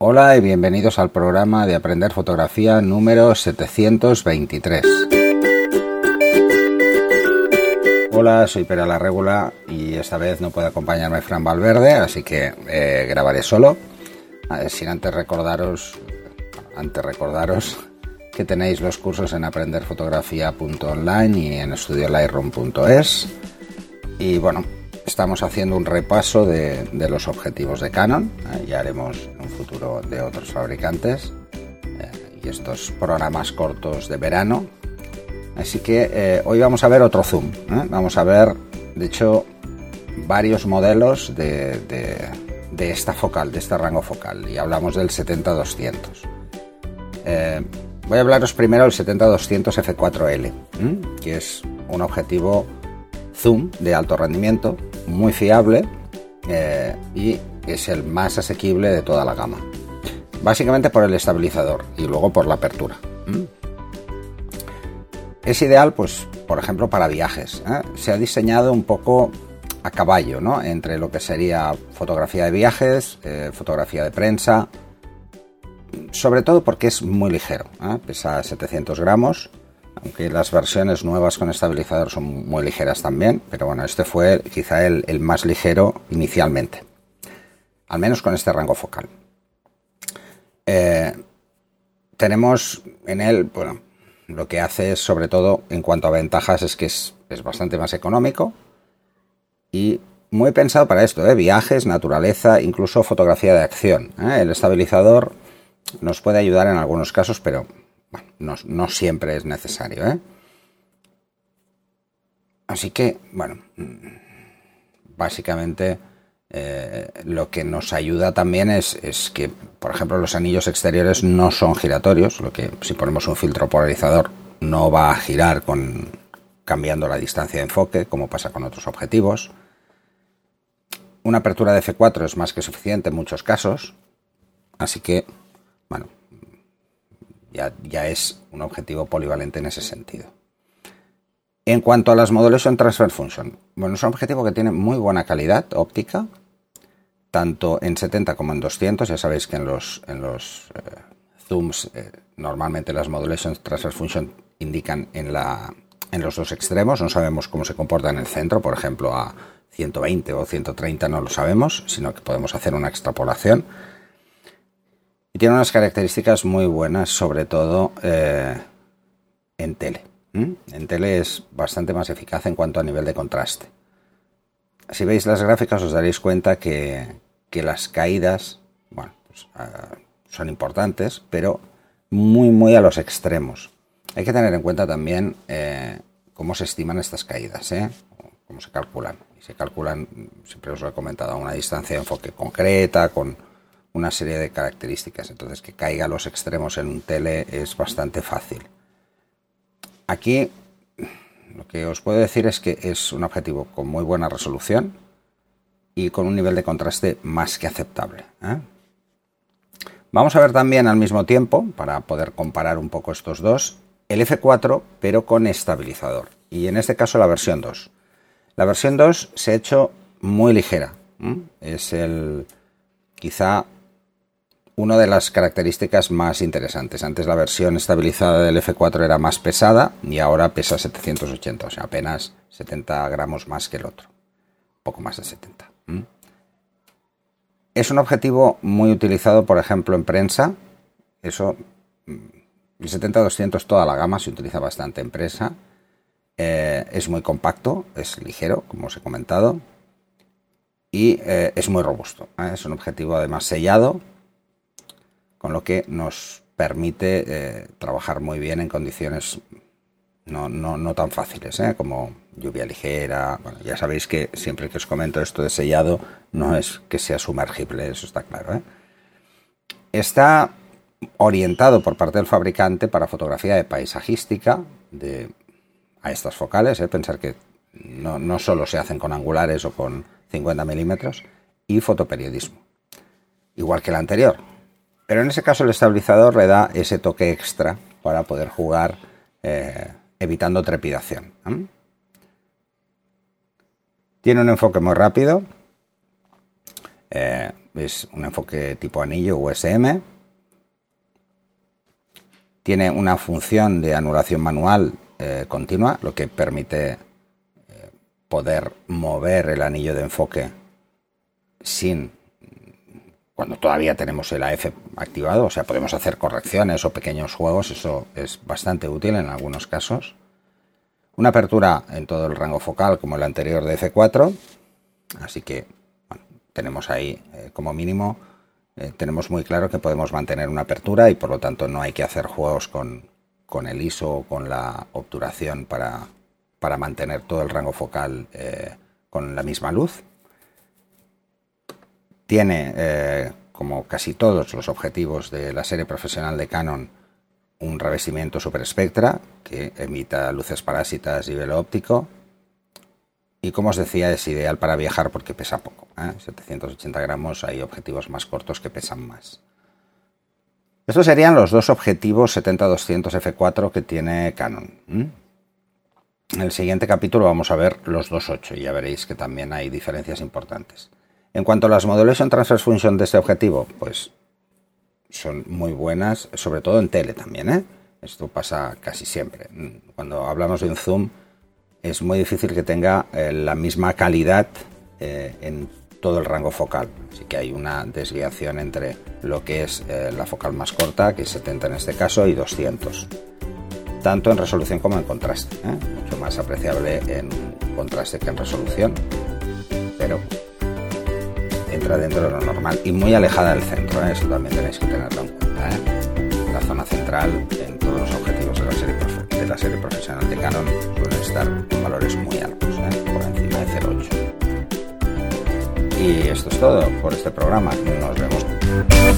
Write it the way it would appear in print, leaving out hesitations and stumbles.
Hola y bienvenidos al programa de Aprender Fotografía número 723. Hola, soy Pere La Regula y esta vez no puede acompañarme Fran Valverde, así que grabaré solo. Sin antes recordaros que tenéis los cursos en aprenderfotografía.online y en estudiolightroom.es. Y bueno, estamos haciendo un repaso de los objetivos de Canon. Ya haremos en un futuro de otros fabricantes y estos programas cortos de verano. Así que hoy vamos a ver otro zoom. Vamos a ver, de hecho, varios modelos de esta focal, de este rango focal. Y hablamos del 70-200. Voy a hablaros primero del 70-200 f4L, que es un objetivo zoom de alto rendimiento, muy fiable y es el más asequible de toda la gama. Básicamente por el estabilizador y luego por la apertura. Es ideal, pues, por ejemplo, para viajes. Se ha diseñado un poco a caballo, ¿no?, entre lo que sería fotografía de viajes, fotografía de prensa, sobre todo porque es muy ligero, pesa 700 gramos, aunque las versiones nuevas con estabilizador son muy ligeras también, pero bueno, este fue quizá el más ligero inicialmente, al menos con este rango focal. Tenemos en él, bueno, lo que hace es, sobre todo en cuanto a ventajas, es que es bastante más económico y muy pensado para esto, viajes, naturaleza, incluso fotografía de acción. El estabilizador nos puede ayudar en algunos casos, pero bueno, no siempre es necesario. Así que, bueno, básicamente lo que nos ayuda también es que, por ejemplo, los anillos exteriores no son giratorios, lo que si ponemos un filtro polarizador no va a girar cambiando la distancia de enfoque, como pasa con otros objetivos. Una apertura de f4 es más que suficiente en muchos casos, así que, bueno, ya es un objetivo polivalente en ese sentido. En cuanto a las Modulation Transfer Function, bueno, es un objetivo que tiene muy buena calidad óptica, tanto en 70 como en 200. Ya sabéis que en los zooms normalmente las Modulation Transfer Function indican en los dos extremos, no sabemos cómo se comporta en el centro, por ejemplo a 120 o 130 no lo sabemos, sino que podemos hacer una extrapolación. Y tiene unas características muy buenas, sobre todo en tele. En tele es bastante más eficaz en cuanto a nivel de contraste. Si veis las gráficas os daréis cuenta que las caídas, bueno, pues, son importantes, pero muy a los extremos. Hay que tener en cuenta también cómo se estiman estas caídas, cómo se calculan. Y se calculan, siempre os lo he comentado, a una distancia de enfoque concreta, con una serie de características. Entonces, que caiga a los extremos en un tele es bastante fácil. Aquí lo que os puedo decir es que es un objetivo con muy buena resolución y con un nivel de contraste más que aceptable. Vamos a ver también al mismo tiempo, para poder comparar un poco estos dos, el f4 pero con estabilizador, y en este caso la versión 2. La versión 2 se ha hecho muy ligera. Es quizá una de las características más interesantes. Antes la versión estabilizada del f4 era más pesada y ahora pesa 780, o sea, apenas 70 gramos más que el otro. Poco más de 70. Es un objetivo muy utilizado, por ejemplo, en prensa. Eso, el 70-200, toda la gama se utiliza bastante en prensa. Es muy compacto, es ligero, como os he comentado, y es muy robusto. Es un objetivo además sellado, con lo que nos permite trabajar muy bien en condiciones no tan fáciles, como lluvia ligera. Bueno, ya sabéis que siempre que os comento esto de sellado no es que sea sumergible, eso está claro. Está orientado por parte del fabricante para fotografía de paisajística a estas focales, pensar que no solo se hacen con angulares o con 50 milímetros, y fotoperiodismo, igual que el anterior. Pero en ese caso el estabilizador le da ese toque extra para poder jugar evitando trepidación. Tiene un enfoque muy rápido, es un enfoque tipo anillo USM. Tiene una función de anulación manual continua, lo que permite poder mover el anillo de enfoque cuando todavía tenemos el AF activado, o sea, podemos hacer correcciones o pequeños juegos, eso es bastante útil en algunos casos. Una apertura en todo el rango focal como el anterior de F4, así que bueno, tenemos ahí como mínimo, tenemos muy claro que podemos mantener una apertura y por lo tanto no hay que hacer juegos con el ISO o con la obturación para mantener todo el rango focal con la misma luz. Tiene, como casi todos los objetivos de la serie profesional de Canon, un revestimiento Super Spectra que emita luces parásitas y velo óptico. Y como os decía, es ideal para viajar porque pesa poco. 780 gramos, hay objetivos más cortos que pesan más. Estos serían los dos objetivos 70-200 f4 que tiene Canon. En el siguiente capítulo vamos a ver los 2.8 y ya veréis que también hay diferencias importantes. En cuanto a las Modulation Transfer Function de este objetivo, pues son muy buenas, sobre todo en tele también, Esto pasa casi siempre. Cuando hablamos de un zoom, es muy difícil que tenga la misma calidad en todo el rango focal. Así que hay una desviación entre lo que es la focal más corta, que es 70 en este caso, y 200. Tanto en resolución como en contraste. Mucho más apreciable en contraste que en resolución. Pero entra dentro de lo normal y muy alejada del centro, eso también tenéis que tenerlo en cuenta. La zona central en todos los objetivos de la serie profesional de Canon suelen estar en valores muy altos, por encima de 0.8. Y esto es todo por este programa. Nos vemos.